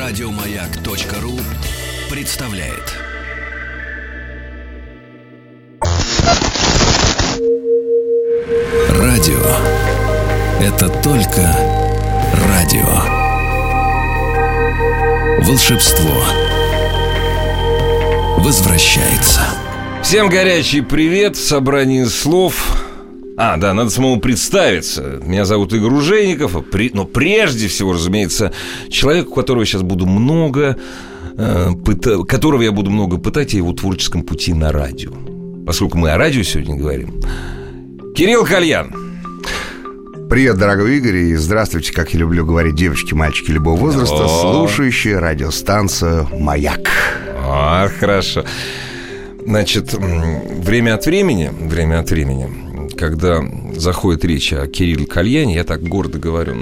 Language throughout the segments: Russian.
Радиомаяк.ру представляет. Радио – это только радио. Волшебство возвращается. Всем горячий привет, собрание слов. Да, надо самому представиться. Меня зовут Игорь Ужеников, но прежде всего, разумеется, человек, у которого я сейчас буду которого я буду много пытать о его творческом пути на радио. Поскольку мы о радио сегодня говорим. Кирилл Кальян. Привет, дорогой Игорь, и здравствуйте, как я люблю говорить, девочки, мальчики любого возраста, слушающие радиостанцию «Маяк». Хорошо. Значит, время от времени, когда заходит речь о Кирилле Кальяне, я так гордо говорю: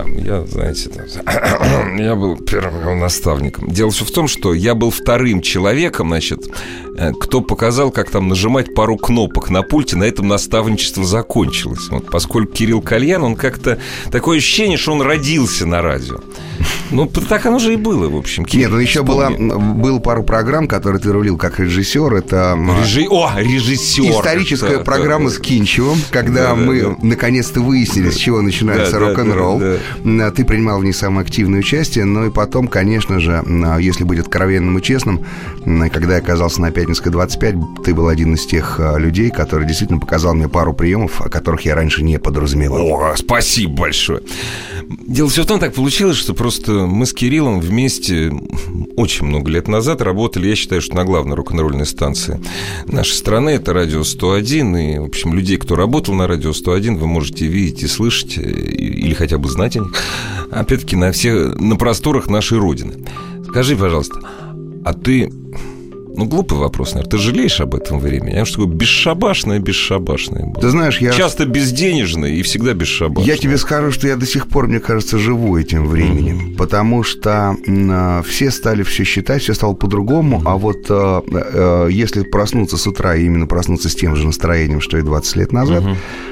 я был первым его наставником. Дело все в том, что я был вторым человеком, кто показал, как там нажимать пару кнопок на пульте. На этом наставничество закончилось. Поскольку Кирилл Кальян, он как-то... Такое ощущение, что он родился на радио. Так оно же и было, в общем. Нет, еще было пару программ, которые ты рулил как режиссер. Это режиссер. Историческая программа с Кинчевым, когда мы наконец-то выяснили, с чего начинается рок-н-ролл. Ты принимал в ней самое активное участие. Ну и потом, конечно же, если быть откровенным и честным, когда я оказался на Пятницкой 25, ты был один из тех людей, который действительно показал мне пару приемов, о которых я раньше не подразумевал. Спасибо большое. Дело все в том, так получилось, что просто мы с Кириллом вместе очень много лет назад работали, я считаю, что на главной рок-н-ролльной станции нашей страны. Это радио 101. И, в общем, людей, кто работал на радио 101, вы можете видеть и слышать, или хотя бы знать о них, опять-таки, на просторах нашей Родины. Скажи, пожалуйста, а ты... глупый вопрос, наверное. Ты жалеешь об этом времени? Я что такое бесшабашное было. Ты знаешь, я... Часто безденежное и всегда бесшабашное. Я тебе скажу, что я до сих пор, мне кажется, живу этим временем. Потому что все стали все считать, все стало по-другому. А вот если проснуться с утра и именно проснуться с тем же настроением, что и 20 лет назад...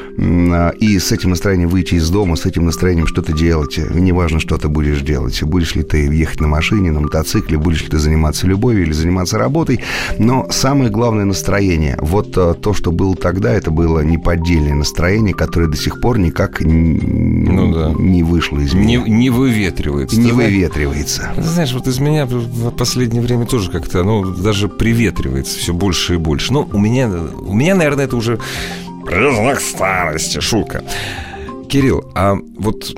И с этим настроением выйти из дома, с этим настроением что-то делать. Неважно, что ты будешь делать. Будешь ли ты ехать на машине, на мотоцикле, будешь ли ты заниматься любовью или заниматься работой. Но самое главное настроение. Вот то, что было тогда, это было неподдельное настроение, которое до сих пор никак не вышло из меня. Не выветривается. Не выветривается. Ты знаешь, вот из меня в последнее время тоже как-то, даже приветривается все больше и больше. У меня, наверное, это уже... признак старости, шутка. Кирилл, а вот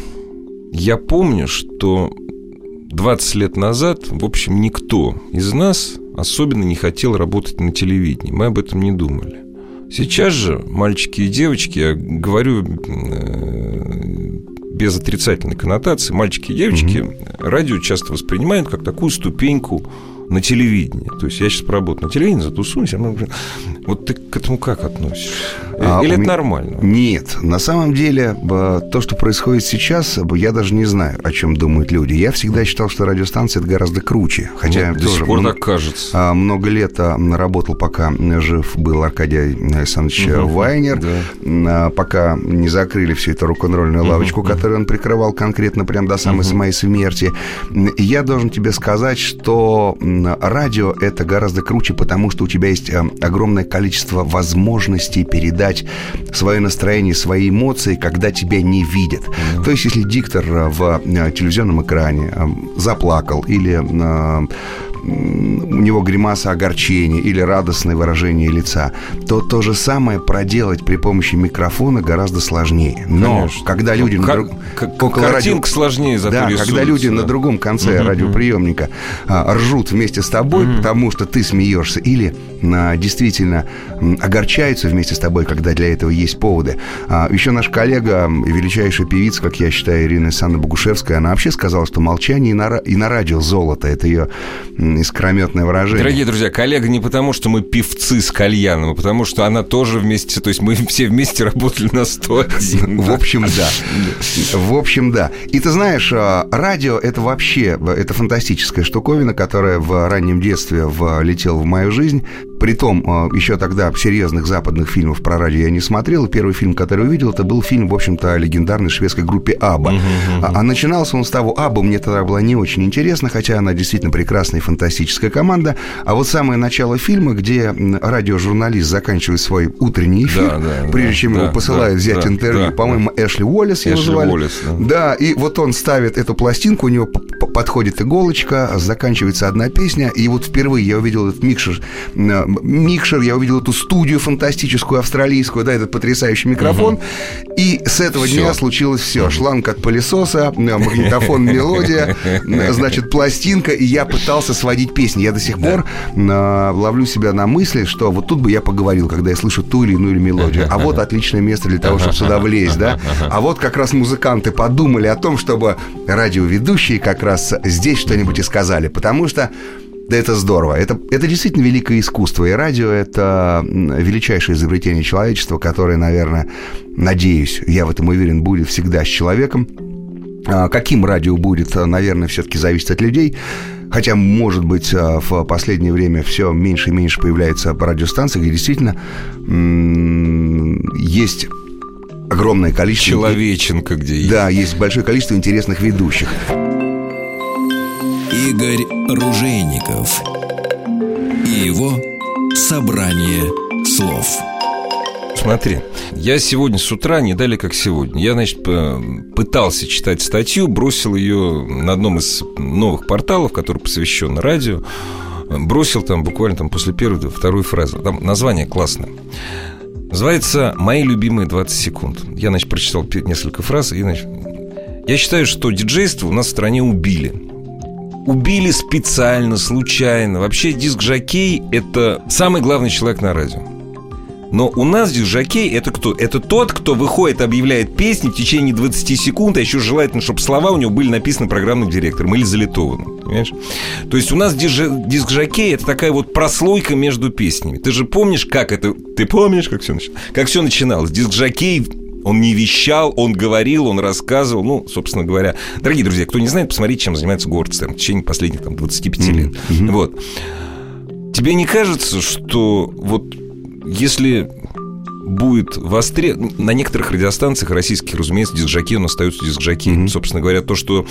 я помню, что 20 лет назад, в общем, никто из нас особенно не хотел работать на телевидении. Мы об этом не думали. Сейчас же мальчики и девочки, я говорю без отрицательной коннотации, мальчики и девочки радио часто воспринимают как такую ступеньку на телевидении. То есть я сейчас поработаю на телевидении, затусуюсь. Вот ты к этому как относишься? Или это нормально? Нет. На самом деле, то, что происходит сейчас, я даже не знаю, о чем думают люди. Я всегда считал, что радиостанция — это гораздо круче. Хотя до сих пор так кажется. Много лет работал, пока жив был Аркадий Александрович Вайнер. Да. Пока не закрыли всю эту рок-н-ролльную лавочку, которую он прикрывал конкретно прям до самой моей смерти. И я должен тебе сказать, что радио — это гораздо круче, потому что у тебя есть огромное количество возможностей передать свое настроение, свои эмоции, когда тебя не видят. То есть, если диктор в телевизионном экране заплакал или у него гримаса огорчения или радостное выражение лица, то то же самое проделать при помощи микрофона гораздо сложнее. Но конечно, когда люди картинка сложнее, зато рисуется, когда люди на другом конце радиоприемника ржут вместе с тобой, потому что ты смеешься, или действительно огорчаются вместе с тобой, когда для этого есть поводы. Еще наш коллега, величайшая певица, как я считаю, Ирина Александровна Богушевская, она вообще сказала, что молчание и на радио золото. Это ее искрометное выражение. Дорогие друзья, коллега не потому, что мы певцы с Кальяном, а потому что она тоже вместе, то есть мы все вместе работали на 101. В общем, да. И ты знаешь, радио — это вообще, это фантастическая штуковина, которая в раннем детстве влетела в мою жизнь. Притом, еще тогда серьезных западных фильмов про радио я не смотрел. Первый фильм, который увидел, это был фильм, в общем-то, о легендарной шведской группе «Абба». А начинался он с того, «Абба» мне тогда была не очень интересна, хотя она действительно прекрасная и фантастическая команда. А вот самое начало фильма, где радиожурналист заканчивает свой утренний эфир, прежде чем его посылают взять интервью, по-моему, Эшли Уоллес его звали. Да, и вот он ставит эту пластинку, у него подходит иголочка, заканчивается одна песня, и вот впервые я увидел этот микшер, я увидел эту студию фантастическую австралийскую, да, этот потрясающий микрофон, и с этого дня случилось все. Шланг от пылесоса, магнитофон, мелодия, значит, пластинка, и я пытался сводить песни. Я до сих пор ловлю себя на мысли, что вот тут бы я поговорил, когда я слышу ту или иную мелодию. А вот отличное место для того, чтобы сюда влезть, да. А вот как раз музыканты подумали о том, чтобы радиоведущие как раз здесь что-нибудь и сказали, потому что да, это здорово. Это действительно великое искусство. И радио — это величайшее изобретение человечества, которое, наверное, надеюсь, я в этом уверен, будет всегда с человеком. Каким радио будет, наверное, все-таки зависит от людей. Хотя, может быть, в последнее время все меньше и меньше появляется радиостанций, где действительно есть огромное количество... Человеченко где есть. Да, есть большое количество интересных ведущих. Игорь Ружейников и его собрание слов. Смотри, я сегодня с утра, не далее как сегодня, я, значит, пытался читать статью, бросил ее на одном из новых порталов, который посвящен радио, бросил там буквально там после первой, второй фразы. Там название классное. Называется «Мои любимые 20 секунд». Я, значит, прочитал несколько фраз и, значит, я считаю, что диджейство у нас в стране убили. Убили специально, случайно. Вообще диск-жокей – это самый главный человек на радио. Но у нас диск-жокей – это кто? Это тот, кто выходит, объявляет песни в течение 20 секунд, а еще желательно, чтобы слова у него были написаны программным директором или залитованы. Понимаешь? То есть у нас диск-жокей – это такая вот прослойка между песнями. Ты же помнишь, как это... Ты помнишь, как все начиналось? Диск-жокей... Он не вещал, он говорил, он рассказывал. Ну, собственно говоря, дорогие друзья, кто не знает, посмотрите, чем занимается Гордстем в течение последних 25 лет. Вот. Тебе не кажется, что вот если будет на некоторых радиостанциях российских, разумеется, диск-жокей, он остается диск-жокеем. Собственно говоря, то, что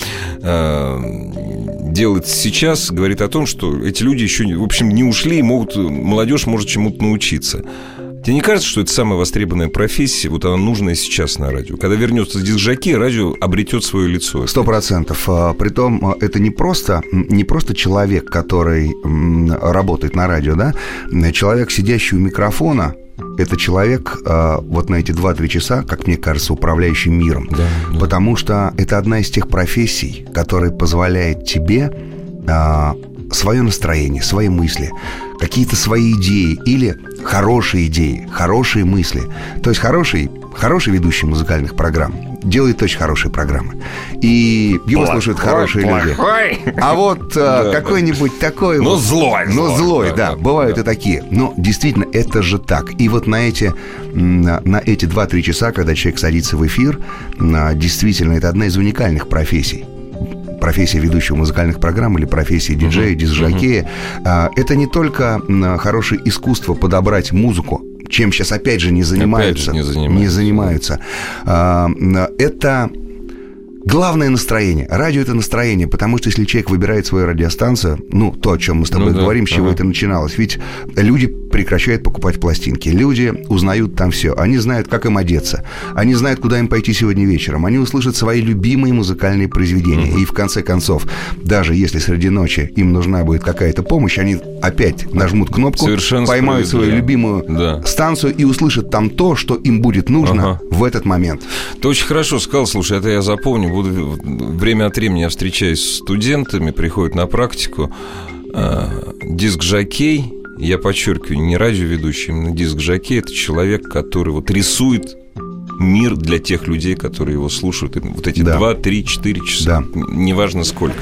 делается сейчас, говорит о том, что эти люди еще, в общем, не ушли, и молодежь может чему-то научиться. Тебе не кажется, что это самая востребованная профессия, вот она нужная сейчас на радио? Когда вернется диск-жокей, радио обретет свое лицо. 100%. Притом, это не просто человек, который работает на радио, да? Человек, сидящий у микрофона, это человек вот на эти 2-3 часа, как мне кажется, управляющий миром. Да. Потому что это одна из тех профессий, которая позволяет тебе свое настроение, свои мысли, какие-то свои идеи или хорошие идеи, хорошие мысли. То есть хороший ведущий музыкальных программ делает очень хорошие программы. И его слушают хорошие люди. А вот какой-нибудь такой... Ну, злой, да. Бывают и такие. Но действительно, это же так. И вот на эти 2-3 часа, когда человек садится в эфир, действительно, это одна из уникальных профессий. Профессия ведущего музыкальных программ или профессия диджея, диск-жокея. Это не только хорошее искусство подобрать музыку, чем сейчас опять же не занимаются. Это главное настроение. Радио — это настроение, потому что если человек выбирает свою радиостанцию, ну, то, о чем мы с тобой говорим, с чего это начиналось, ведь люди прекращают покупать пластинки, люди узнают там все, они знают, как им одеться, они знают, куда им пойти сегодня вечером, они услышат свои любимые музыкальные произведения, и в конце концов, даже если среди ночи им нужна будет какая-то помощь, они опять нажмут кнопку, поймают свою любимую станцию и услышат там то, что им будет нужно в этот момент. Ты очень хорошо сказал, слушай, это я запомню. Время от времени я встречаюсь с студентами, приходят на практику. Диск-жокей, я подчеркиваю, не радиоведущий, именно диск-жокей — это человек, который вот рисует мир для тех людей, которые его слушают. Вот эти 2, 3, 4 часа, неважно сколько.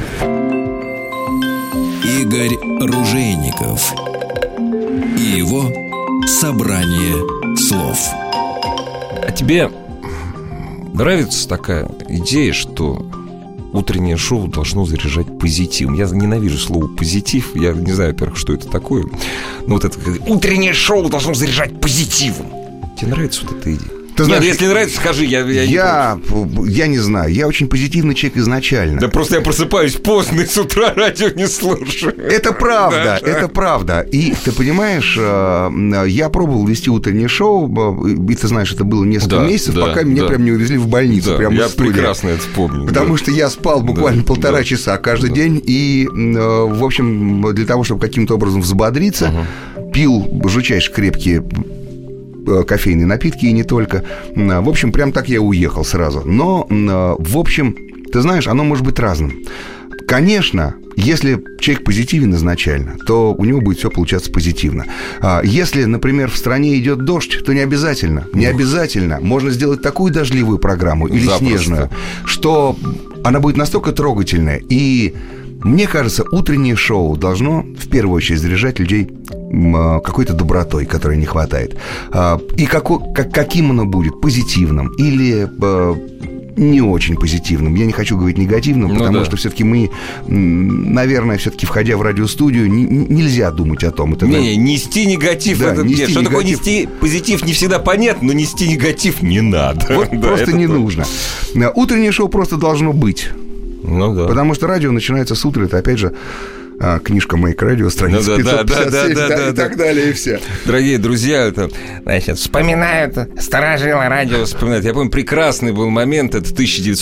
Игорь Ружейников и его собрание слов. А тебе нравится такая идея, что утреннее шоу должно заряжать позитивом. Я ненавижу слово «позитив». Я не знаю, во-первых, что это такое. Но вот это утреннее шоу должно заряжать позитивом. Тебе нравится вот эта идея? Ты знаешь, если нравится, скажи, я не знаю, я очень позитивный человек изначально. Да просто я просыпаюсь поздно и с утра радио не слушаю. Это правда, это правда. И ты понимаешь, я пробовал вести утреннее шоу, и ты знаешь, это было несколько месяцев, пока меня прям не увезли в больницу. Прямо я прекрасно это помню. Потому что я спал буквально полтора часа каждый день, и, в общем, для того, чтобы каким-то образом взбодриться, пил жутчайше крепкие кофейные напитки, и не только. В общем, прям так я уехал сразу. Но, в общем, ты знаешь, оно может быть разным. Конечно, если человек позитивен изначально, то у него будет все получаться позитивно. Если, например, в стране идет дождь, то не обязательно. Можно сделать такую дождливую программу или снежную, что она будет настолько трогательная. И мне кажется, утреннее шоу должно в первую очередь заряжать людей какой-то добротой, которой не хватает. И каким оно будет? Позитивным или не очень позитивным. Я не хочу говорить негативным, потому что все-таки мы, наверное, все-таки входя в радиостудию, нельзя думать о том. Это, нести негатив. Что такое нести позитив, не всегда понятно, но нести негатив не надо. Вот просто не нужно. Утреннее шоу просто должно быть. Потому что радио начинается с утра. Это, опять же, книжка «Мейк Радио», страница 557 и так далее, и все. Дорогие друзья, это, значит, вспоминают, старожило радио вспоминают. Я помню, прекрасный был момент, это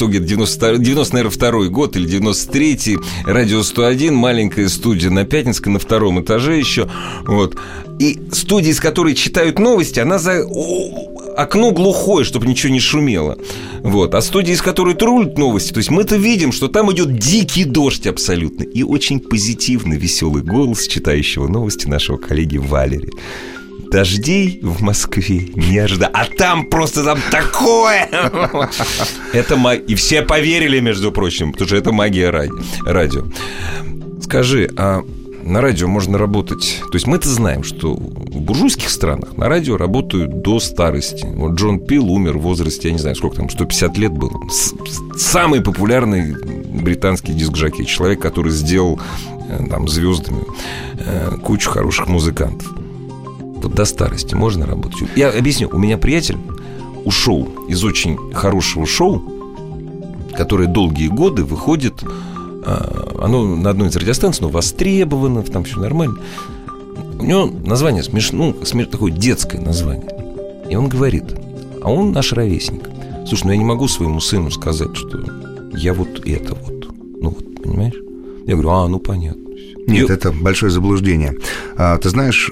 1992 год или 93-й, радио 101, маленькая студия на Пятницкой, на втором этаже еще, вот. И студия, из которой читают новости, она за окно глухое, чтобы ничего не шумело. Вот. А студия, из которой трулят новости, то есть мы-то видим, что там идет дикий дождь абсолютно. И очень позитивный, веселый голос читающего новости нашего коллеги Валери. Дождей в Москве не ожидал. А там просто такое! И все поверили, между прочим, потому что это магия радио. Скажи, а на радио можно работать... То есть мы-то знаем, что в буржуйских странах на радио работают до старости. Вот Джон Пил умер в возрасте, я не знаю, сколько там, 150 лет было. Самый популярный британский диск-жокей. Человек, который сделал там звездами кучу хороших музыкантов. Вот до старости можно работать. Я объясню. У меня приятель ушел из очень хорошего шоу, которое долгие годы выходит... Оно на одной из радиостанций, но востребовано, там все нормально. У него название смешное, такое детское название. И он говорит, а он наш ровесник. Слушай, я не могу своему сыну сказать, что я вот это вот. Понимаешь? Я говорю, понятно. Нет, это большое заблуждение. Ты знаешь,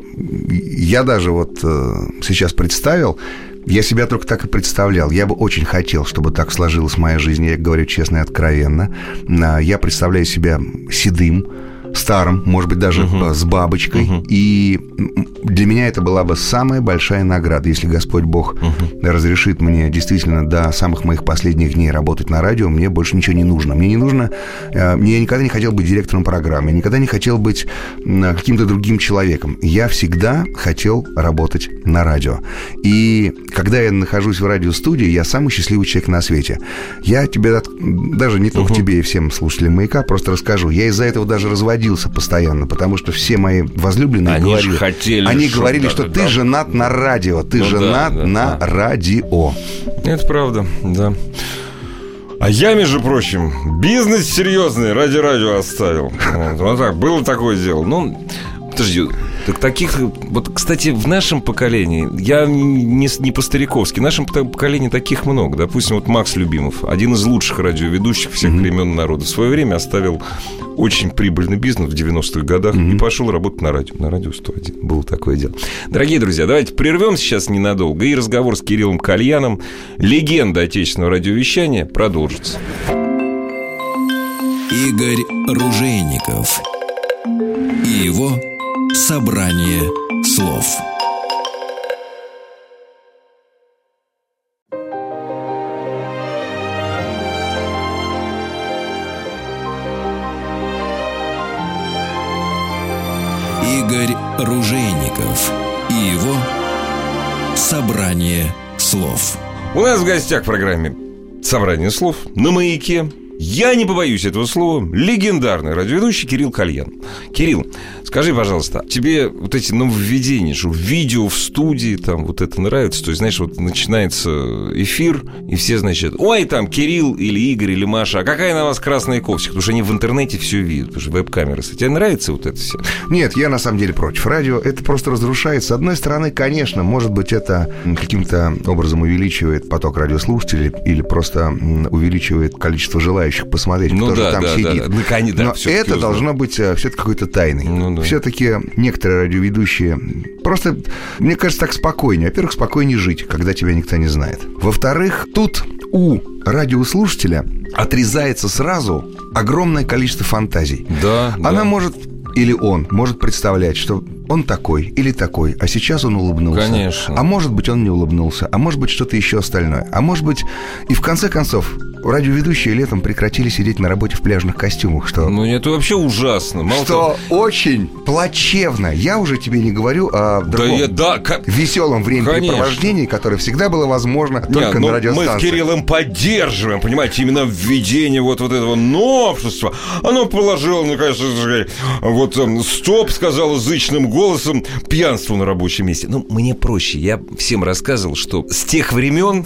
я даже вот сейчас представил, я себя только так и представлял. Я бы очень хотел, чтобы так сложилась моя жизнь. Я говорю честно и откровенно. Я представляю себя седым, старым, может быть, даже с бабочкой. И для меня это была бы самая большая награда, если Господь Бог разрешит мне действительно до самых моих последних дней работать на радио. Мне больше ничего не нужно. Я никогда не хотел быть директором программы. Я никогда не хотел быть каким-то другим человеком. Я всегда хотел работать на радио. И когда я нахожусь в радиостудии, я самый счастливый человек на свете. Я тебе, даже не только тебе и всем слушателям «Маяка», просто расскажу. Я из-за этого даже разводился постоянно, потому что все мои возлюбленные говорили, что ты женат на радио, на радио. Это правда, да. А я, между прочим, бизнес серьезный ради радио оставил. Вот так, было такое дело. Подожди, таких... Вот, кстати, в нашем поколении, я не по-стариковски, в нашем поколении таких много. Допустим, вот Макс Любимов, один из лучших радиоведущих всех времен народа, в свое время оставил очень прибыльный бизнес в 90-х годах и пошел работать на радио 101. Было такое дело. Дорогие друзья, давайте прервем сейчас ненадолго, и разговор с Кириллом Кальяном, легенда отечественного радиовещания, продолжится. Игорь Ружейников и его собрание слов. Игорь Ружейников и его собрание слов. У нас в гостях в программе «Собрание слов» на «Маяке» я не побоюсь этого слова, легендарный радиоведущий Кирилл Кальян. Кирилл, скажи, пожалуйста, тебе вот эти нововведения, что видео в студии, там вот это нравится? То есть, знаешь, вот начинается эфир, и все, значит, ой, там Кирилл или Игорь или Маша, а какая на вас красная кофточка? Потому что они в интернете все видят, потому что веб-камеры. Тебе нравится вот это все? Нет, я на самом деле против. Радио это просто разрушает. С одной стороны, конечно, может быть, это каким-то образом увеличивает поток радиослушателей или просто увеличивает количество желающих посмотреть, кто же там сидит. Да. Но это должно быть все-таки какой-то тайной. Все-таки некоторые радиоведущие просто, мне кажется, так спокойнее. Во-первых, спокойнее жить, когда тебя никто не знает. Во-вторых, тут у радиослушателя отрезается сразу огромное количество фантазий. Она может, или он может представлять, что он такой или такой, а сейчас он улыбнулся. Конечно. А может быть, он не улыбнулся, а может быть, что-то еще остальное. А может быть, и в конце концов, радиоведущие летом прекратили сидеть на работе в пляжных костюмах, что... Ну, это вообще ужасно. Что очень плачевно. Я уже тебе не говорю о другом веселом времяпрепровождении, которое всегда было возможно только на радиостанции. Мы с Кириллом поддерживаем, понимаете, именно введение вот этого новшества. Оно положило, мне кажется, вот стоп, сказала зычным голосом, пьянству на рабочем месте. Ну, мне проще. Я всем рассказывал, что с тех времен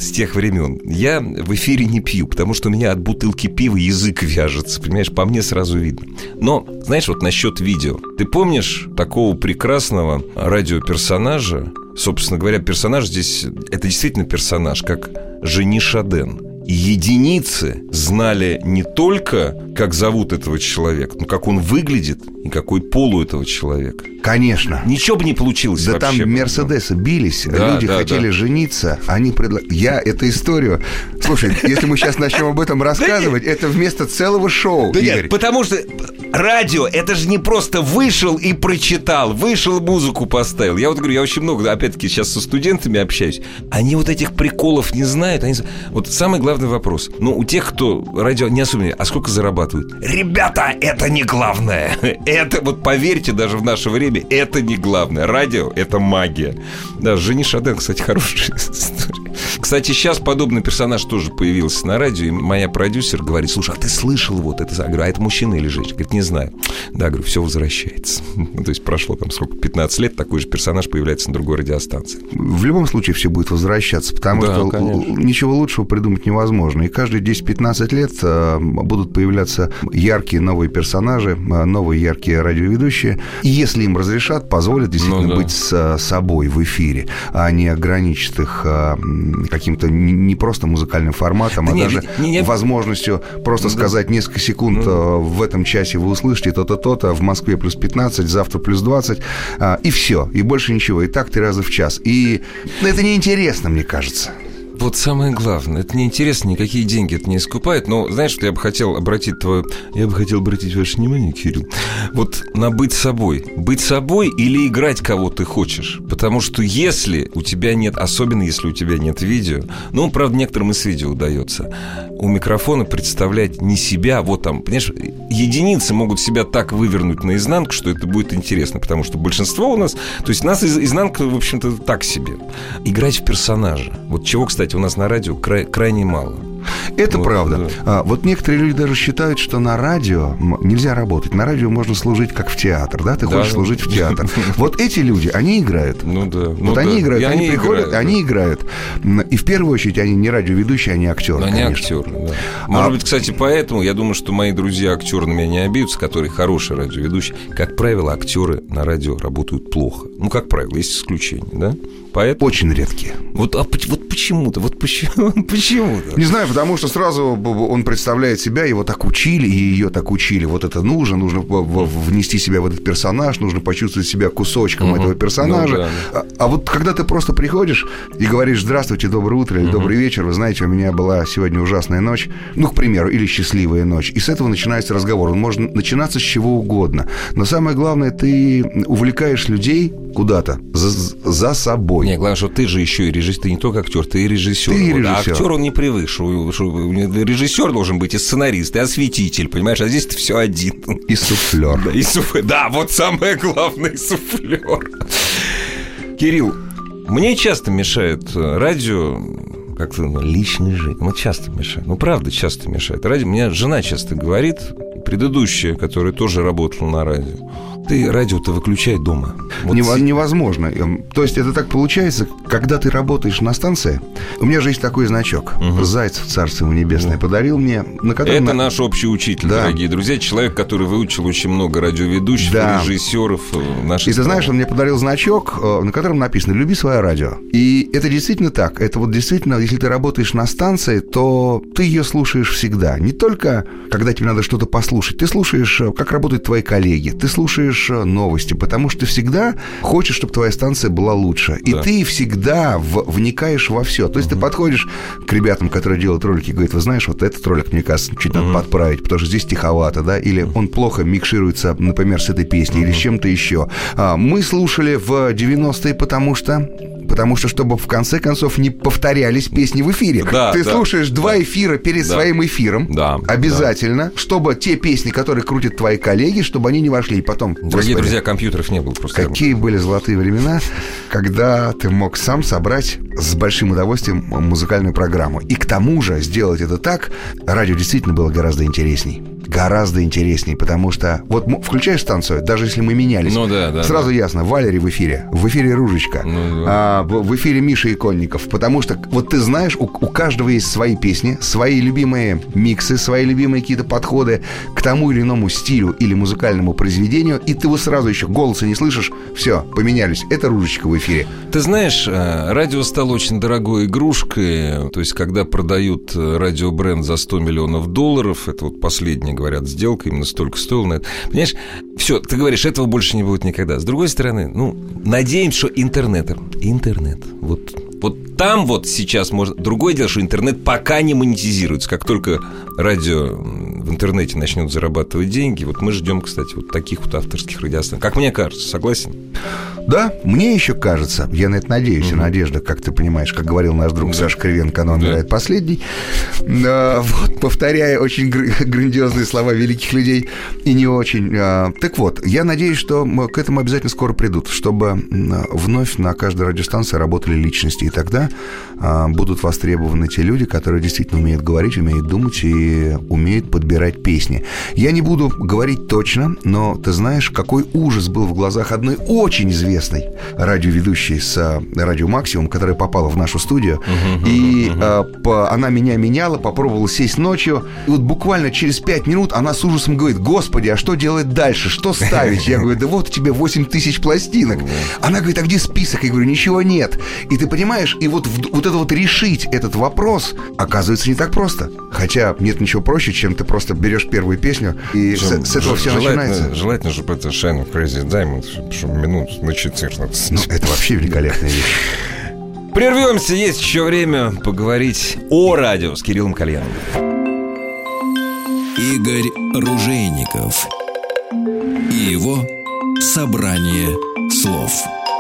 я в эфире не пью, потому что у меня от бутылки пива язык вяжется, понимаешь, по мне сразу видно. Но, знаешь, вот насчет видео. Ты помнишь такого прекрасного радиоперсонажа? Собственно говоря, персонаж здесь, это действительно персонаж, как Жени Шаден. И единицы знали не только, как зовут этого человека, но как он выглядит и какой пол у этого человека. Конечно. Ничего бы не получилось да вообще. Там Мерседесы бились, люди хотели жениться, они предлагали... Я эту историю... Слушай, если мы сейчас начнем об этом рассказывать, это вместо целого шоу, да Игорь. Нет, потому что радио, это же не просто вышел и прочитал, вышел, музыку поставил. Я вот говорю, я очень много, опять-таки, сейчас со студентами общаюсь. Они вот этих приколов не знают. Вот самый главный вопрос. Ну, у тех, кто радио не особенно... А сколько зарабатывают? Ребята, это не главное. Это, вот поверьте, даже в наше время, это не главное. Радио — это магия. Да, Жени Шаден, кстати, хорошая история. Кстати, сейчас подобный персонаж тоже появился на радио, и моя продюсер говорит: слушай, а ты слышал вот это? Я говорю, а это мужчина или женщина? Говорит, не знаю. Да, говорю, все возвращается. То есть прошло там сколько, 15 лет, такой же персонаж появляется на другой радиостанции. В любом случае все будет возвращаться, потому что ничего лучшего придумать невозможно. И каждые 10-15 лет будут появляться яркие новые персонажи, новые яркие радиоведущие. И если им разрешат, позволят действительно быть с собой в эфире, а не ограничат их каким-то не просто музыкальным форматом, даже возможностью просто сказать несколько секунд: в этом часе вы услышите то-то, то-то, в Москве плюс 15, завтра плюс 20, и все, и больше ничего, и так 3 раза в час. И это неинтересно, мне кажется. Вот самое главное, это неинтересно, никакие деньги это не искупает. Но знаешь, что я бы хотел обратить ваше внимание, Кирилл, вот на быть собой. Быть собой или играть кого ты хочешь. Потому что если у тебя нет, особенно если у тебя нет видео, ну, правда, некоторым и с видео удается, у микрофона представлять не себя, вот там, понимаешь, единицы могут себя так вывернуть наизнанку, что это будет интересно, потому что большинство у нас, то есть нас изнанка, в общем-то, так себе. Играть в персонажа. Вот чего, кстати, у нас на радио крайне мало. Это вот, правда. Да. Вот некоторые люди даже считают, что на радио нельзя работать. На радио можно служить как в театр, да? Ты хочешь служить в театр. Вот эти люди, они играют. Ну да. Вот они играют, они приходят, они играют. И в первую очередь они не радиоведущие, они актеры. Они актеры, да. Может быть, кстати, поэтому я думаю, что мои друзья-актеры на меня не обидятся, которые хорошие радиоведущие. Как правило, актеры на радио работают плохо. Ну, как правило, есть исключения, да? Поэтому... Очень редкие. Вот почему-то. Почему-то. Не знаю, потому что сразу он представляет себя, его так учили, и ее так учили. Вот это нужно внести себя в этот персонаж, нужно почувствовать себя кусочком этого персонажа. А вот когда ты просто приходишь и говоришь: здравствуйте, доброе утро или добрый вечер, вы знаете, у меня была сегодня ужасная ночь, ну, к примеру, или счастливая ночь. И с этого начинается разговор. Он может начинаться с чего угодно. Но самое главное, ты увлекаешь людей куда-то за собой. Не, главное, что ты же еще и режиссер, ты не только актер, ты и режиссер. А актер он не превыше. Режиссер должен быть и сценарист, и осветитель, понимаешь? А здесь ты все один. И суфлер. Да, вот самое главное, суфлер. Кирилл, мне часто мешает радио как-то личной жизни. Часто мешает. Правда, часто мешает. Радио, мне жена часто говорит, предыдущая, которая тоже работала на радио: ты радио-то выключай дома. Невозможно. То есть это так получается, когда ты работаешь на станции. У меня же есть такой значок. Зайцев, царство ему небесное, подарил мне. Это наш общий учитель, дорогие друзья. Человек, который выучил очень много радиоведущих, режиссеров нашей страны. И ты знаешь, он мне подарил значок, на котором написано: «Люби свое радио». И это действительно так. Это вот действительно, если ты работаешь на станции, то ты ее слушаешь всегда. Не только, когда тебе надо что-то послушать. Ты слушаешь, как работают твои коллеги. Ты слушаешь новости, потому что ты всегда хочешь, чтобы твоя станция была лучше. И ты всегда вникаешь во все. То есть ты подходишь к ребятам, которые делают ролики, и говорят: вы знаешь, вот этот ролик, мне кажется, чуть надо подправить, потому что здесь тиховато, да, или он плохо микшируется, например, с этой песней, или с чем-то еще. Мы слушали в 90-е, потому что, чтобы в конце концов не повторялись песни в эфире. Ты слушаешь два эфира перед своим эфиром. Обязательно. Чтобы те песни, которые крутят твои коллеги, чтобы они не вошли. И потом... Дорогие друзья, компьютеров не было просто. Какие были золотые времена, когда ты мог сам собрать с большим удовольствием музыкальную программу. И к тому же сделать это так, радио действительно было гораздо интересней. Гораздо интересней, потому что вот включаешь станцию, даже если мы менялись, сразу ясно: Валерий в эфире Ружечка, в эфире Миша Иконников, потому что вот ты знаешь, у каждого есть свои песни, свои любимые миксы, свои любимые какие-то подходы к тому или иному стилю или музыкальному произведению, и ты вот сразу еще голоса не слышишь, все, поменялись, это Ружечка в эфире. Ты знаешь, радио стало очень дорогой игрушкой, то есть когда продают радиобренд за $100 миллионов, это вот последняя, говорят, сделка именно столько стоила на это. Понимаешь, все, ты говоришь, этого больше не будет никогда. С другой стороны, надеемся, что интернет, вот там вот сейчас можно... Другое дело, что интернет пока не монетизируется. Как только радио в интернете начнет зарабатывать деньги, вот мы ждем, кстати, вот таких вот авторских радиостанций. Как мне кажется, согласен? Да, мне еще кажется, я на это надеюсь, и Надежда, как ты понимаешь, как говорил наш друг Саша Кривенко, она умирает последний. Вот, повторяя очень грандиозные слова великих людей и не очень. Так вот, я надеюсь, что к этому обязательно скоро придут, чтобы вновь на каждой радиостанции работали личности, и тогда будут востребованы те люди, которые действительно умеют говорить, умеют думать и умеют подбирать песни. Я не буду говорить точно, но ты знаешь, какой ужас был в глазах одной очень известной радиоведущей с радио «Максимум», которая попала в нашу студию. Она меня меняла, попробовала сесть ночью. И вот буквально через 5 минут она с ужасом говорит: господи, а что делать дальше? Что ставить? Я говорю: да вот у тебя 8000 пластинок. Она говорит: а где список? Я говорю: ничего нет. И ты понимаешь, и вот это вот решить этот вопрос оказывается не так просто. Хотя нет ничего проще, чем ты просто берешь первую песню, и с этого все начинается. Желательно, чтобы это Shine of Crazy Diamond, чтобы минут на 14. Это вообще великолепная вещь. Прервемся, есть еще время поговорить о радио с Кириллом Кальяновым. Игорь Ружейников и его собрание слов.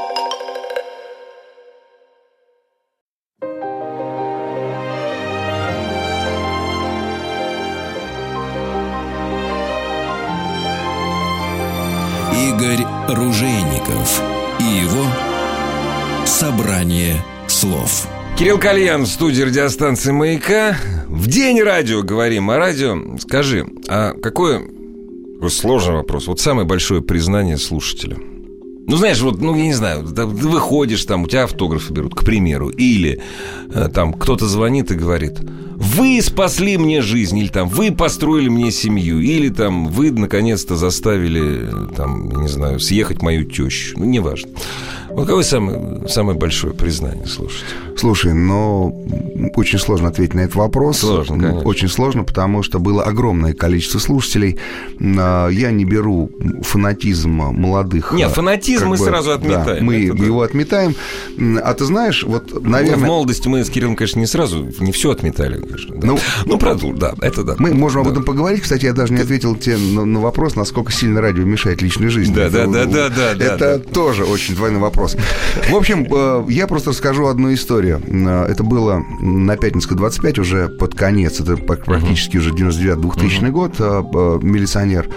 Игорь Ружейников и его собрание слов. Кирилл Кальян в студии радиостанции «Маяка». В день радио говорим о радио. Скажи, а какой сложный вопрос? Вот самое большое признание слушателя. Знаешь, вот, я не знаю, ты выходишь, там, у тебя автографы берут, к примеру, или там кто-то звонит и говорит: вы спасли мне жизнь, или там, вы построили мне семью, или там, вы наконец-то заставили, там, я не знаю, съехать мою тещу. Неважно. Вот какое самое большое признание, слушайте? Слушай, очень сложно ответить на этот вопрос. Сложно, конечно. Очень сложно, потому что было огромное количество слушателей. Я не беру фанатизм молодых. Нет, фанатизм мы сразу отметаем. Да, мы его отметаем. А ты знаешь, вот, наверное... В молодости мы с Кириллом, конечно, не сразу, не все отметали, конечно. Да. Правда, да, это да. Мы можем об этом поговорить. Кстати, я даже не ответил тебе на вопрос, насколько сильно радио мешает личной жизни. Да. Это тоже очень двойной вопрос. В общем, я просто расскажу одну историю. Это было на Пятницкой 25, уже под конец. Это практически уже 99-2000 год. Милиционер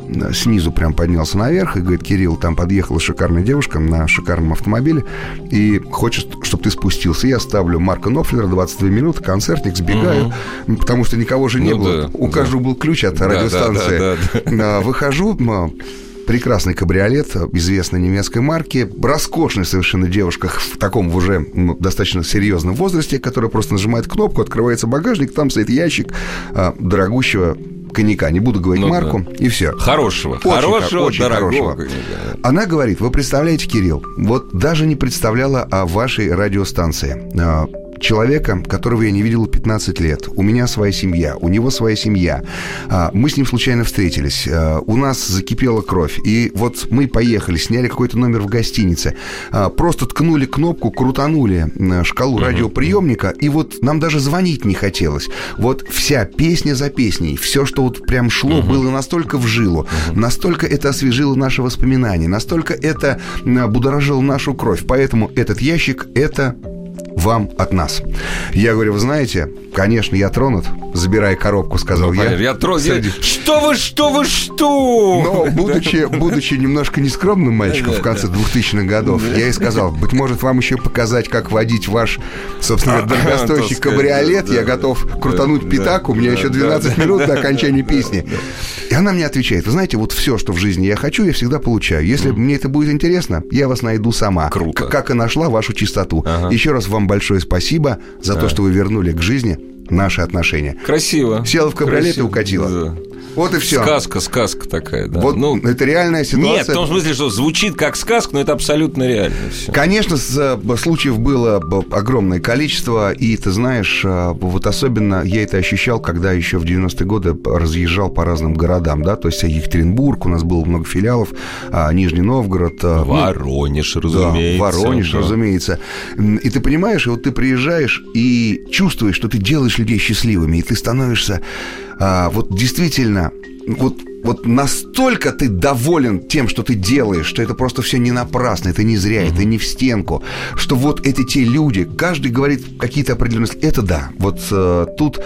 снизу прям поднялся наверх и говорит: Кирилл, там подъехала шикарная девушка на шикарном автомобиле и хочет, чтобы ты спустился. Я ставлю Марка Knopfler, 22 минуты, концертник, сбегаю, потому что никого же не было. У каждого был ключ от радиостанции. Выхожу, прекрасный кабриолет известной немецкой марки, роскошная совершенно девушка в таком уже достаточно серьезном возрасте, которая просто нажимает кнопку, открывается багажник, там стоит ящик дорогущего коньяка, не буду говорить марку, и все. Хорошего, очень дорогого коньяка. Она говорит: вы представляете, Кирилл, вот даже не представляла о вашей радиостанции. Человека, которого я не видел 15 лет. У меня своя семья, у него своя семья. Мы с ним случайно встретились. У нас закипела кровь. И вот мы поехали, сняли какой-то номер в гостинице. Просто ткнули кнопку, крутанули шкалу радиоприемника, и вот нам даже звонить не хотелось. Вот вся песня за песней, все, что вот прям шло, было настолько в жилу, настолько это освежило наши воспоминания, настолько это будоражило нашу кровь. Поэтому этот ящик — это вам от нас. Я говорю: вы знаете, конечно, я тронут. Забирай коробку, сказал я. Я тронут. Что вы? Но, будучи немножко нескромным мальчиком в конце 2000-х годов, я ей сказал: быть может, вам еще показать, как водить ваш, собственно, дорогостоящий кабриолет. Я готов крутануть пятак. У меня еще 12 минут до окончания песни. И она мне отвечает: вы знаете, вот все, что в жизни я хочу, я всегда получаю. Если мне это будет интересно, я вас найду сама. Круто. Как и нашла вашу чистоту. Еще раз вам большое спасибо за то, что вы вернули к жизни наши отношения. Красиво. Села в кабриолет и укатила. Да. Вот и все. Сказка такая, да. Вот это реальная ситуация. Нет, в том смысле, что звучит как сказка, но это абсолютно реально все. Конечно, случаев было огромное количество, и ты знаешь, вот особенно я это ощущал, когда еще в 90-е годы разъезжал по разным городам, да, то есть Екатеринбург, у нас было много филиалов, Нижний Новгород. Воронеж, разумеется. Да, Воронеж, разумеется. И ты понимаешь, и вот ты приезжаешь и чувствуешь, что ты делаешь людей счастливыми, и ты становишься вот действительно, вот настолько ты доволен тем, что ты делаешь, что это просто все не напрасно, это не зря, это не в стенку, что вот эти те люди, каждый говорит какие-то определенные... Это да, вот тут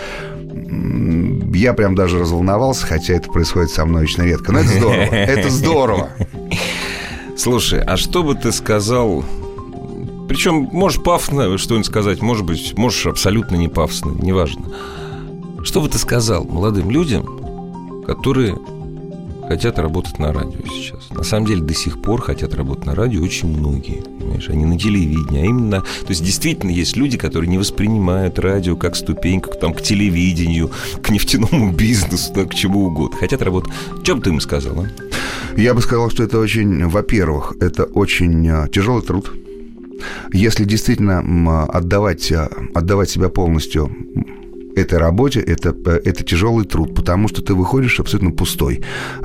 я прям даже разволновался, хотя это происходит со мной очень редко, но это здорово, это здорово. Слушай, а что бы ты сказал... Причем можешь пафосно что-нибудь сказать, может быть, можешь абсолютно не пафосно, неважно. Что бы ты сказал молодым людям, которые хотят работать на радио сейчас? На самом деле до сих пор хотят работать на радио очень многие, понимаешь? Они на телевидении, а именно... То есть действительно есть люди, которые не воспринимают радио как ступеньку там, к телевидению, к нефтяному бизнесу, да, к чему угодно. Хотят работать. Что бы ты им сказал, а? Я бы сказал, что это очень... Во-первых, это очень тяжелый труд. Если действительно отдавать себя полностью этой работе, это тяжелый труд, потому что ты выходишь абсолютно пустой.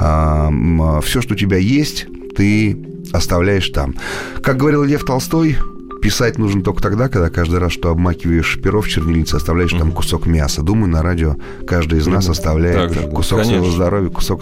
Все, что у тебя есть, ты оставляешь там. Как говорил Лев Толстой, писать нужно только тогда, когда каждый раз, что обмакиваешь перо в чернильнице, оставляешь там кусок мяса. Думаю, на радио каждый из нас оставляет кусок своего здоровья, кусок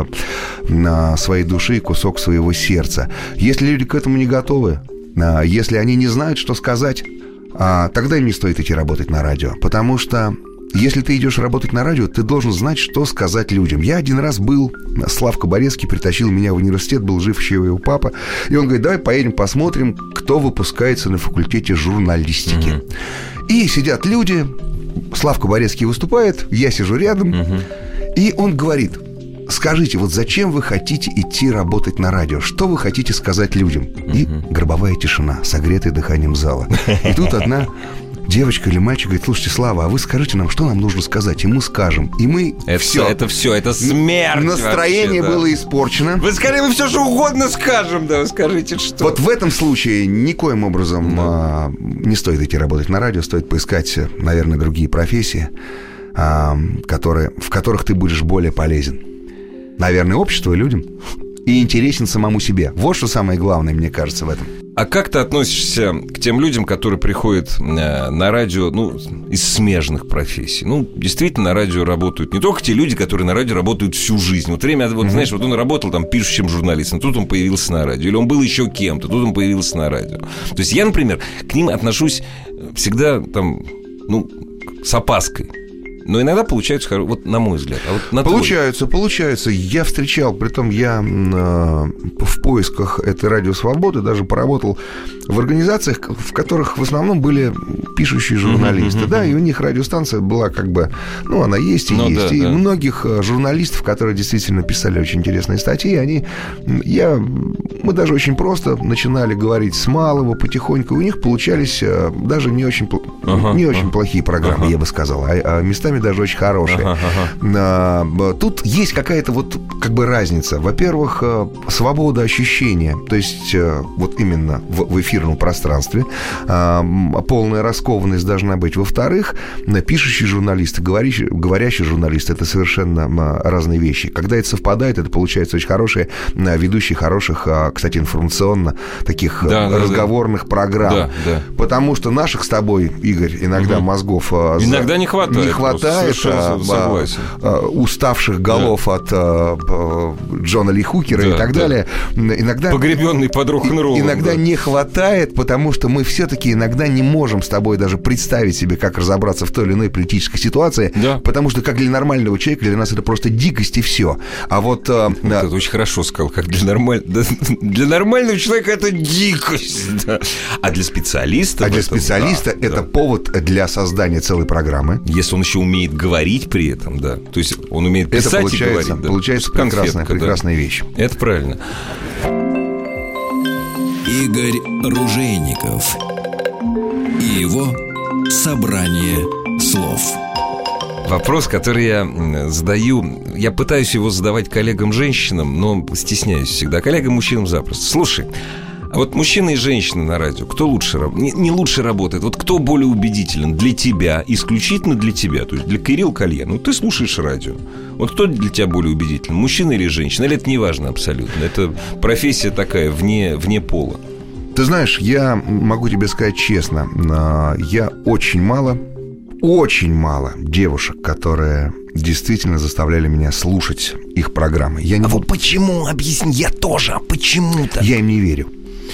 своей души, кусок своего сердца. Если люди к этому не готовы, если они не знают, что сказать, тогда им не стоит идти работать на радио. Потому что если ты идешь работать на радио, ты должен знать, что сказать людям. Я один раз был, Славка Борецкий притащил меня в университет, был жив еще его папа, и он говорит: давай поедем посмотрим, кто выпускается на факультете журналистики. И сидят люди, Славка Борецкий выступает, я сижу рядом, и он говорит: скажите, вот зачем вы хотите идти работать на радио? Что вы хотите сказать людям? И гробовая тишина, согретая дыханием зала. И тут одна девочка или мальчик говорит: слушайте, Слава, а вы скажите нам, что нам нужно сказать, и мы скажем. И мы это смерть. Настроение вообще, было испорчено. Вы скорее все, что угодно скажем, да, вы скажите, что. Вот в этом случае никоим образом не стоит идти работать на радио, стоит поискать, наверное, другие профессии, в которых ты будешь более полезен. Наверное, обществу и людям. И интересен самому себе. Вот что самое главное, мне кажется, в этом. А как ты относишься к тем людям, которые приходят на радио, из смежных профессий? Действительно, на радио работают не только те люди, которые на радио работают всю жизнь. Знаешь, он работал там пишущим журналистом, тут он появился на радио. Или он был еще кем-то, тут он появился на радио. То есть я, например, к ним отношусь всегда с опаской. Но иногда получаются, вот на мой взгляд. А вот на получается. Я встречал, притом я в поисках этой радио свободы даже поработал в организациях, в которых в основном были пишущие журналисты. Да, и у них радиостанция была как бы, она есть и есть. Да, и многих журналистов, которые действительно писали очень интересные статьи, мы даже очень просто начинали говорить с малого, потихоньку. У них получались даже не очень плохие программы, я бы сказал, а местами даже очень хорошие. Тут есть какая-то вот как бы разница. Во-первых, свобода ощущения, то есть вот именно в эфирном пространстве, полная раскованность должна быть. Во-вторых, пишущий журналист и говорящий журналист — это совершенно разные вещи. Когда это совпадает, это получается очень хорошие ведущие хороших, кстати, информационно таких разговорных программ. Потому что наших с тобой, Игорь, иногда мозгов иногда не хватает уставших голов от Джона Ли Хукера и так далее. Иногда погребенный под рок-н-роллом. Иногда не хватает, потому что мы все-таки иногда не можем с тобой даже представить себе, как разобраться в той или иной политической ситуации, потому что как для нормального человека, для нас это просто дикость и все. А вот... Это очень хорошо сказал, как для нормального человека это дикость. А для специалиста... это повод для создания целой программы. Если он еще умеет говорить при этом, да. То есть он умеет писать и говорить. Получается прекрасная вещь. Это правильно. Игорь Ружейников и его собрание слов. Вопрос, который я задаю, я пытаюсь его задавать коллегам-женщинам, но стесняюсь всегда. Коллегам-мужчинам запросто. Слушай, а вот мужчина и женщина на радио, кто лучше не лучше работает? Вот кто более убедителен для тебя, исключительно для тебя? То есть для Кирилла Кальяна. Ты слушаешь радио. Вот кто для тебя более убедителен? Мужчина или женщина? Или это не важно абсолютно? Это профессия такая, вне пола. Ты знаешь, я могу тебе сказать честно, я очень мало девушек, которые действительно заставляли меня слушать их программы. Вот почему? Объясни, я тоже. Почему-то. Я им не верю.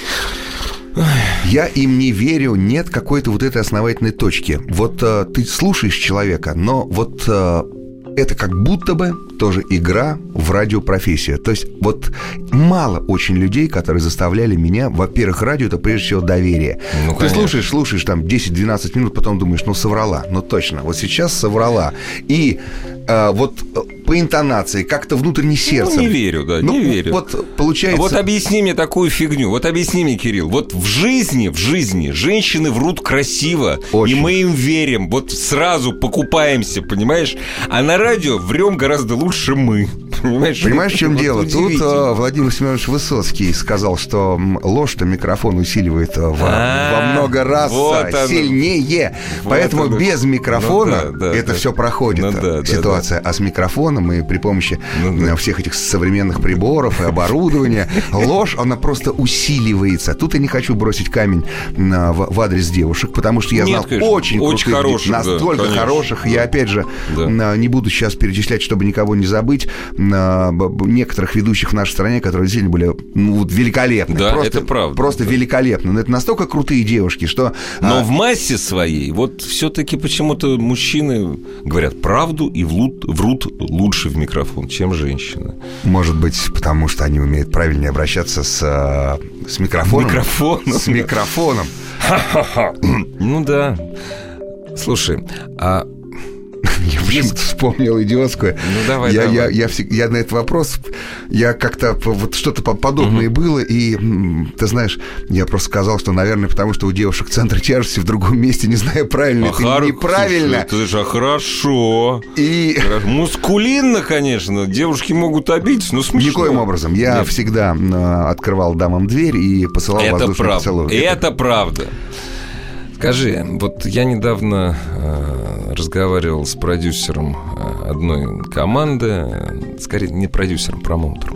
Я им не верю, нет какой-то вот этой основательной точки. Вот ты слушаешь человека, но вот это как будто бы тоже игра в радиопрофессию. То есть вот мало очень людей, которые заставляли меня... Во-первых, радио — это прежде всего доверие. Ты слушаешь там 10-12 минут, потом думаешь, соврала. Точно, вот сейчас соврала. И вот по интонации, как-то внутренне сердцем. Не верю, не верю. Вот получается... Вот объясни мне такую фигню. Вот объясни мне, Кирилл. Вот в жизни женщины врут красиво. Очень. И мы им верим. Вот сразу покупаемся, понимаешь? А на радио врем гораздо лучше мы. Понимаешь, в чем дело? Тут Владимир Семенович Высоцкий сказал, что ложь-то микрофон усиливает во много раз сильнее. Поэтому без микрофона это все проходит, ситуация. А с микрофоном и при помощи всех этих современных приборов и оборудования ложь, она просто усиливается. Тут я не хочу бросить камень в адрес девушек, очень крутых, хороших, настолько хороших. Я, опять же, не буду сейчас перечислять, чтобы никого не забыть, некоторых ведущих в нашей стране, которые действительно были великолепны. Да, это правда. Просто великолепны. Но это настолько крутые девушки, что... Но в массе своей вот все-таки почему-то мужчины говорят правду и врут лучше в микрофон, чем женщины. Может быть, потому что они умеют правильнее обращаться с микрофоном. С микрофоном. Да. Слушай, я почему-то вспомнил идиотскую. Давай. Я на этот вопрос, я как-то вот что-то подобное было, и ты знаешь, я просто сказал, что, наверное, потому что у девушек центр тяжести в другом месте, не знаю, правильно это или неправильно. Слушай, это же хорошо. Мускулинно, конечно, девушки могут обидеться, но смешно. Никоим образом. Я всегда открывал дамам дверь и посылал воздушный поцелуй. Это правда. Скажи, вот я недавно разговаривал с продюсером одной команды, скорее не продюсером, промоутером.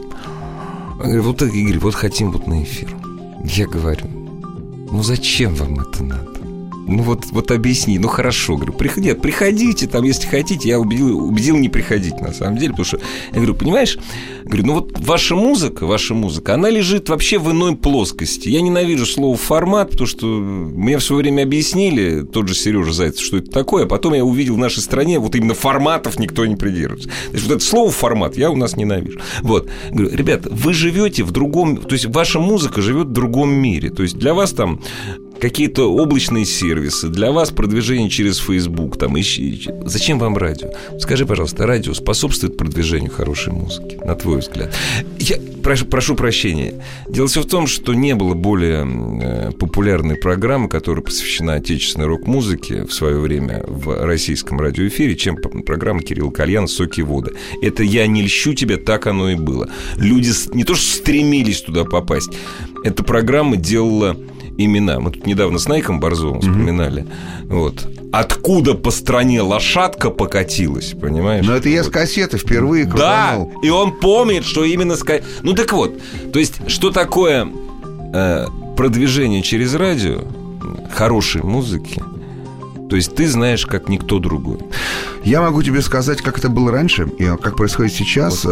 Игорь, вот хотим на эфир. Я говорю, зачем вам это надо? ну вот объясни, ну хорошо, говорю, приходите, там, если хотите, я убедил не приходить, на самом деле, потому что, я говорю, понимаешь, говорю, ну вот ваша музыка, она лежит вообще в иной плоскости. Я ненавижу слово «формат», потому что мне в свое время объяснили, тот же Сережа Зайцев, что это такое, а потом я увидел в нашей стране, вот именно форматов никто не придерживается. То есть вот это слово «формат» я у нас ненавижу. Вот, говорю, ребята, вы живете в другом, то есть ваша музыка живет в другом мире, то есть для вас там какие-то облачные сервисы, для вас продвижение через Facebook. Там, зачем вам радио? Скажи, пожалуйста, радио способствует продвижению хорошей музыки, на твой взгляд? Я прошу прощения. Дело все в том, что не было более популярной программы, которая посвящена отечественной рок-музыке в свое время в российском радиоэфире, чем программа Кирилла Кальяна «Соки и воды». Это я не льщу тебя, так оно и было. Люди не то что стремились туда попасть, эта программа делала имена. Мы тут недавно с Найком Борзовым вспоминали. Вот. Откуда по стране лошадка покатилась, понимаешь? Но это я с кассеты впервые крутанул. Да, и он помнит, что именно с кассеты. Ну так вот, то есть, что такое продвижение через радио хорошей музыки? То есть ты знаешь, как никто другой. Я могу тебе сказать, как это было раньше и как происходит сейчас.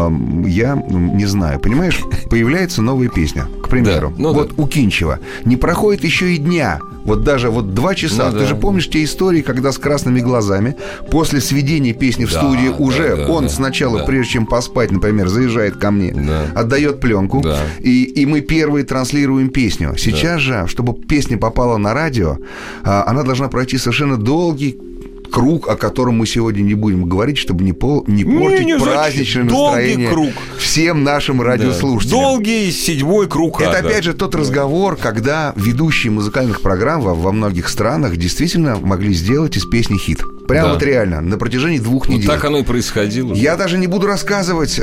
Я не знаю. Понимаешь, появляется новая песня, к примеру. Да, вот да. У Кинчева. Не проходит еще и дня. Вот даже 2 часа. Ты же помнишь те истории, когда с красными глазами после сведения песни в студии уже он сначала, прежде чем поспать, например, заезжает ко мне, отдает пленку, и мы первые транслируем песню. Сейчас же, чтобы песня попала на радио, она должна пройти совершенно долгий круг, о котором мы сегодня не будем говорить, чтобы не портить праздничное настроение всем нашим радиослушателям. Долгий 7-й круг. Это опять же тот разговор, когда ведущие музыкальных программ во многих странах действительно могли сделать из песни хит. Прямо вот реально, на протяжении 2 недель. Так оно и происходило. Я даже не буду рассказывать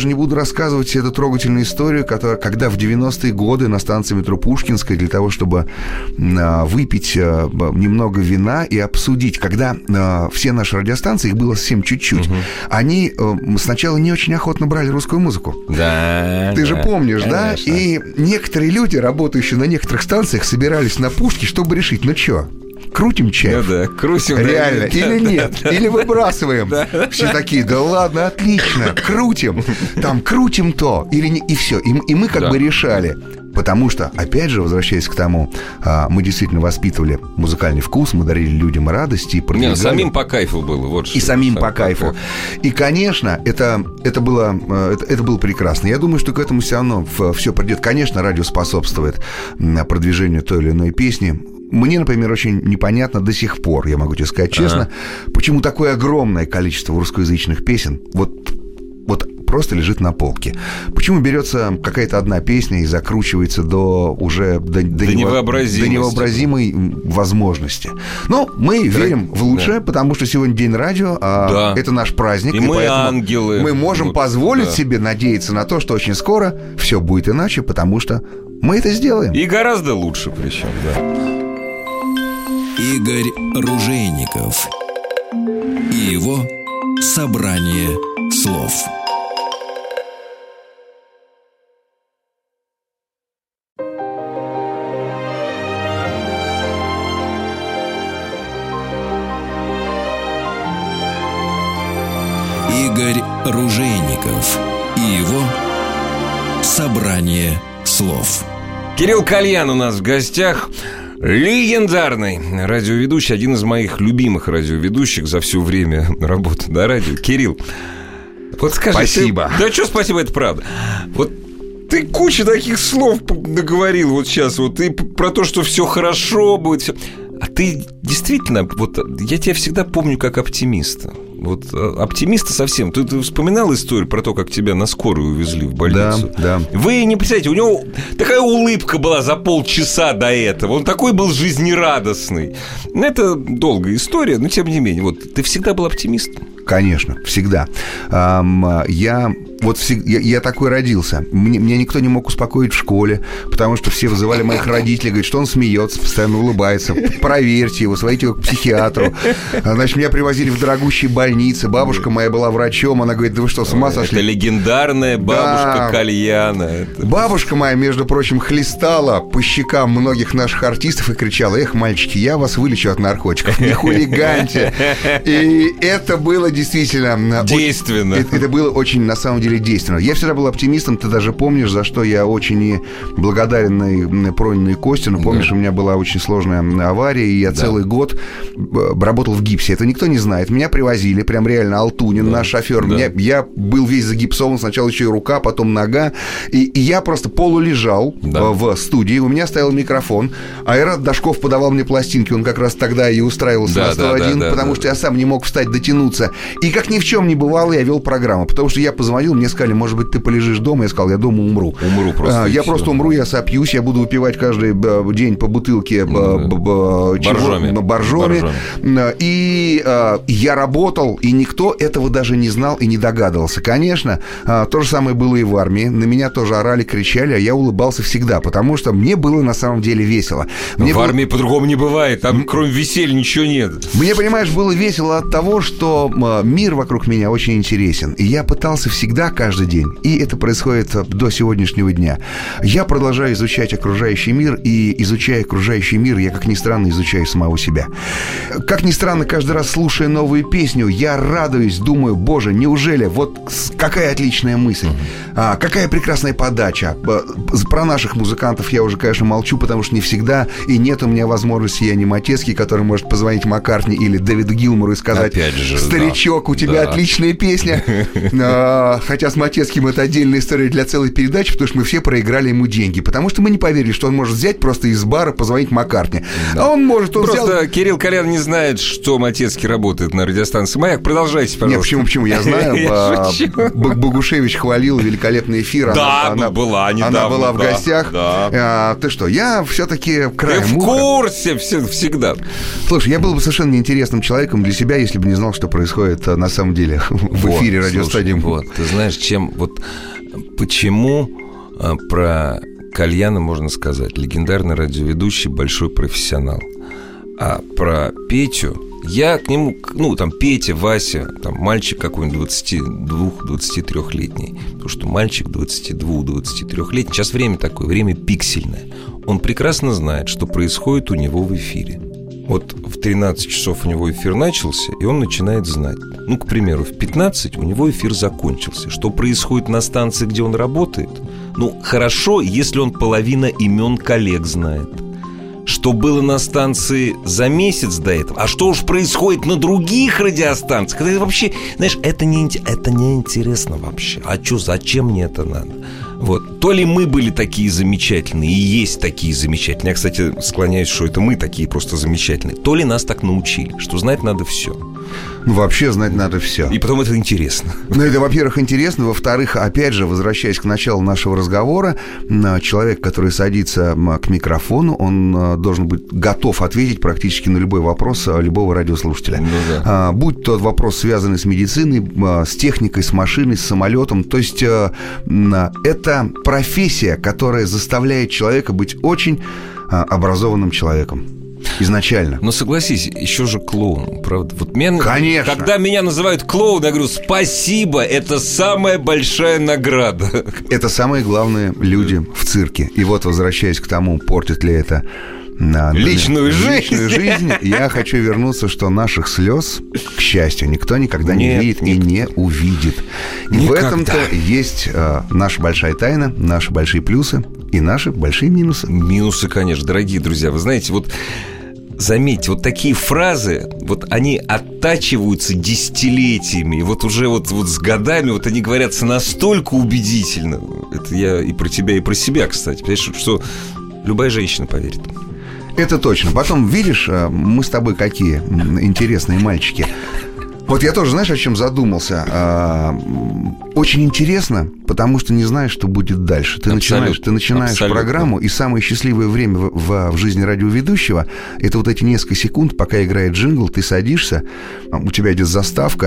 эту трогательную историю, когда в 90-е годы на станции метро Пушкинская для того, чтобы выпить немного вина и обсудить, когда все наши радиостанции, их было совсем чуть-чуть, они сначала не очень охотно брали русскую музыку. Да. Ты же помнишь, конечно. Да? И некоторые люди, работающие на некоторых станциях, собирались на пушке, чтобы решить, ну что, крутим чаев? Ну да, крутим. Реально, или нет? Или выбрасываем? Все такие, да ладно, отлично, крутим. Там, крутим то, или не, и все. И мы как бы решали. Потому что, опять же, возвращаясь к тому, мы действительно воспитывали музыкальный вкус, мы дарили людям радость и продвигали. Нет, самим по кайфу было. Вот и самим по кайфу. И, конечно, это было прекрасно. Я думаю, что к этому все равно все придет. Конечно, радио способствует продвижению той или иной песни. Мне, например, очень непонятно до сих пор, я могу тебе сказать честно, почему такое огромное количество русскоязычных песен вот просто лежит на полке. Почему берется какая-то одна песня и закручивается до невообразимой возможности. Но мы верим в лучшее, потому что сегодня день радио, это наш праздник. И мы ангелы. Мы можем позволить себе надеяться на то, что очень скоро все будет иначе, потому что мы это сделаем. И гораздо лучше причем, да. Игорь Ружейников и его собрание слов. Игорь Ружейников и его собрание слов. Кирилл Кальян у нас в гостях. Легендарный радиоведущий, один из моих любимых радиоведущих за все время работы на радио. Кирилл, вот скажи... Спасибо. Да что спасибо, это правда. Вот ты кучу таких слов наговорил вот сейчас. Вот ты про то, что все хорошо будет. Все. А ты действительно... Вот я тебя всегда помню как оптимиста. Вот оптимиста совсем. Ты вспоминал историю про то, как тебя на скорую увезли в больницу? Да. Вы не представляете, у него такая улыбка была за полчаса до этого. Он такой был жизнерадостный. Это долгая история, но тем не менее. Вот ты всегда был оптимистом? Конечно, всегда. Я я такой родился. Меня никто не мог успокоить в школе, потому что все вызывали моих родителей, говорят, что он смеется, постоянно улыбается. Проверьте его, сводите его к психиатру. Значит, меня привозили в дорогущие больницы. Бабушка моя была врачом. Она говорит, да вы что, с ума сошли? Это легендарная бабушка Кальяна. Бабушка моя, между прочим, хлестала по щекам многих наших артистов и кричала: эх, мальчики, я вас вылечу от наркотиков, не хулиганьте. И это было действительно... Действенно. Это было очень, на самом деле, действенно. Я всегда был оптимистом, ты даже помнишь, за что я очень благодарен Прониной Косте. Но помнишь, у меня была очень сложная авария, и я целый год работал в гипсе. Это никто не знает. Меня привозили, прям реально Алтунин, наш шофер. Я был весь загипсован, сначала еще и рука, потом нога. И я просто полулежал в студии, у меня стоял микрофон. Айрат Дашков подавал мне пластинки, он как раз тогда и устраивался на 101, потому что я сам не мог встать, дотянуться. И как ни в чем не бывало, я вел программу. Потому что я позвонил, мне сказали, может быть, ты полежишь дома? Я сказал, я дома умру. Умру просто. Я просто умру, я сопьюсь, я буду выпивать каждый день по бутылке боржоми. И я работал, и никто этого даже не знал и не догадывался. Конечно, то же самое было и в армии. На меня тоже орали, кричали, а я улыбался всегда, потому что мне было на самом деле весело. В армии по-другому не бывает, там кроме веселья ничего нет. Мне, понимаешь, было весело от того, что мир вокруг меня очень интересен. И я пытался всегда, каждый день, и это происходит до сегодняшнего дня. Я продолжаю изучать окружающий мир, и изучая окружающий мир, я, как ни странно, изучаю самого себя. Как ни странно, каждый раз, слушая новую песню, я радуюсь, думаю, боже, неужели, вот какая отличная мысль, какая прекрасная подача. Про наших музыкантов я уже, конечно, молчу, потому что не всегда, и нет у меня возможности, я не Матецкий, который может позвонить Маккартни или Дэвиду Гилмору и сказать: старичок, у тебя отличная песня. Хотя с Матецким это отдельная история для целой передачи, потому что мы все проиграли ему деньги, потому что мы не поверили, что он может взять просто из бара, позвонить Маккартни. А он может... Просто Кирилл Кальян не знает, что Матецкий работает на радиостанции «Маяк». Продолжайте, пожалуйста. Нет, почему? Я знаю. Богушевич хвалил великолепный эфир. Да, была недавно. Она была в гостях. Ты что, я все-таки краем уха. Ты в курсе всегда. Слушай, я был бы совершенно неинтересным человеком для себя, если бы не знал, что происходит на самом деле в эфире Радио 101. Ты знаешь, почему про Кальяна можно сказать? Легендарный радиоведущий, большой профессионал. А про Петю... Я к нему, Петя, Вася, мальчик какой-нибудь 22-23-летний. Потому что мальчик 22-23-летний, сейчас время такое, время пиксельное. Он прекрасно знает, что происходит у него в эфире. Вот в 13 часов у него эфир начался, и он начинает знать. К примеру, в 15 у него эфир закончился. Что происходит на станции, где он работает? Хорошо, если он половина имен коллег знает. Что было на станции за месяц до этого, а что уж происходит на других радиостанциях. Это вообще, знаешь, это не интересно вообще. А что, зачем мне это надо? То ли мы были такие замечательные и есть такие замечательные. Я, кстати, склоняюсь, что это мы такие просто замечательные. То ли нас так научили, что знать надо все. Вообще знать надо все. И потом это интересно. Это, во-первых, интересно. Во-вторых, опять же, возвращаясь к началу нашего разговора, человек, который садится к микрофону, он должен быть готов ответить практически на любой вопрос любого радиослушателя. Будь то вопрос, связанный с медициной, с техникой, с машиной, с самолетом. То есть это профессия, которая заставляет человека быть очень образованным человеком. Изначально. Но согласись, еще же клоун, правда? Конечно. Когда меня называют клоуном, я говорю: спасибо, это самая большая награда. Это самые главные люди в цирке. И возвращаясь к тому, портит ли это личную жизнь, я хочу вернуться, что наших слез, к счастью, никто никогда не видит и не увидит. И в этом-то есть наша большая тайна, наши большие плюсы и наши большие минусы. Минусы, конечно, дорогие друзья. Вы знаете, заметьте, такие фразы, они оттачиваются десятилетиями. И уже с годами они говорятся настолько убедительно. Это я и про тебя, и про себя, кстати. Понимаешь, что любая женщина поверит. Это точно. Потом, видишь, мы с тобой какие интересные мальчики. Я тоже, знаешь, о чем задумался? Очень интересно, потому что не знаешь, что будет дальше. Ты начинаешь программу, и самое счастливое время в жизни радиоведущего — это эти несколько секунд, пока играет джингл, ты садишься, у тебя идет заставка,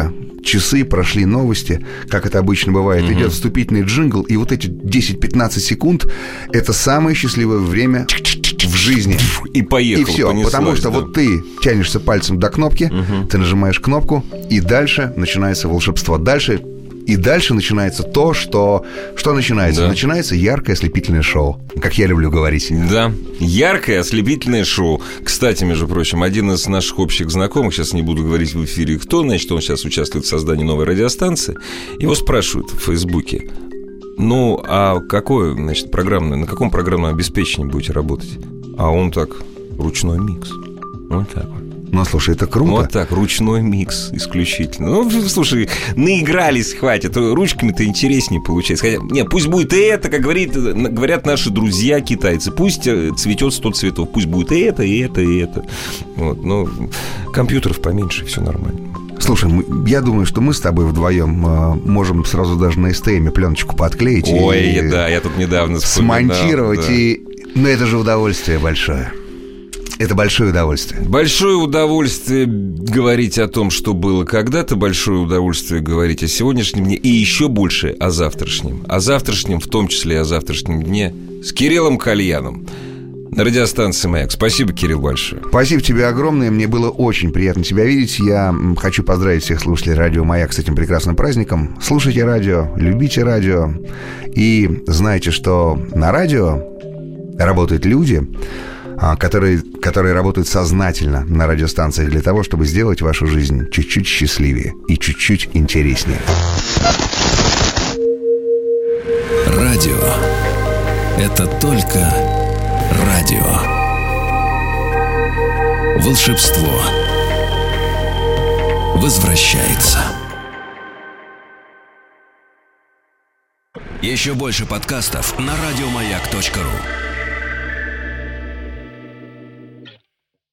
часы, прошли новости, как это обычно бывает. Идет вступительный джингл, и вот эти 10-15 секунд — это самое счастливое время в жизни. И поехал. И все, понеслась, потому что да. вот ты тянешься пальцем до кнопки, ты нажимаешь кнопку, и дальше начинается волшебство. И дальше начинается то, что начинается. Да. Начинается яркое ослепительное шоу, как я люблю говорить. Да, яркое ослепительное шоу. Кстати, между прочим, один из наших общих знакомых, сейчас не буду говорить в эфире кто, значит, он сейчас участвует в создании новой радиостанции. Его спрашивают в Фейсбуке: ну, а какое, значит, на каком программном обеспечении будете работать? А он так: ручной микс. Вот так вот. Ну, слушай, это круто. Вот так, ручной микс исключительно. Ну, слушай, наигрались, хватит. Ручками-то интереснее получается. Хотя, не, пусть будет и это, как говорят наши друзья китайцы. Пусть цветет 100 цветов. Пусть будет и это, и это, и это. Вот, но компьютеров поменьше, все нормально. Слушай, я думаю, что мы с тобой вдвоем можем сразу даже на СТМе пленочку подклеить. Ой, да, я тут недавно вспоминал. Смонтировать, да. Ну, это же удовольствие большое. Это большое удовольствие. Большое удовольствие говорить о том, что было когда-то. Большое удовольствие говорить о сегодняшнем дне. И еще больше о завтрашнем. О завтрашнем, в том числе и о завтрашнем дне, с Кириллом Кальяном на радиостанции «Маяк». Спасибо, Кирилл, большое. Спасибо тебе огромное. Мне было очень приятно тебя видеть. Я хочу поздравить всех слушателей радио «Маяк» с этим прекрасным праздником. Слушайте радио, любите радио. И знайте, что на радио работают люди, которые работают сознательно на радиостанциях для того, чтобы сделать вашу жизнь чуть-чуть счастливее и чуть-чуть интереснее. Радио – это только радио. Волшебство возвращается. Еще больше подкастов на радиомаяк.ру.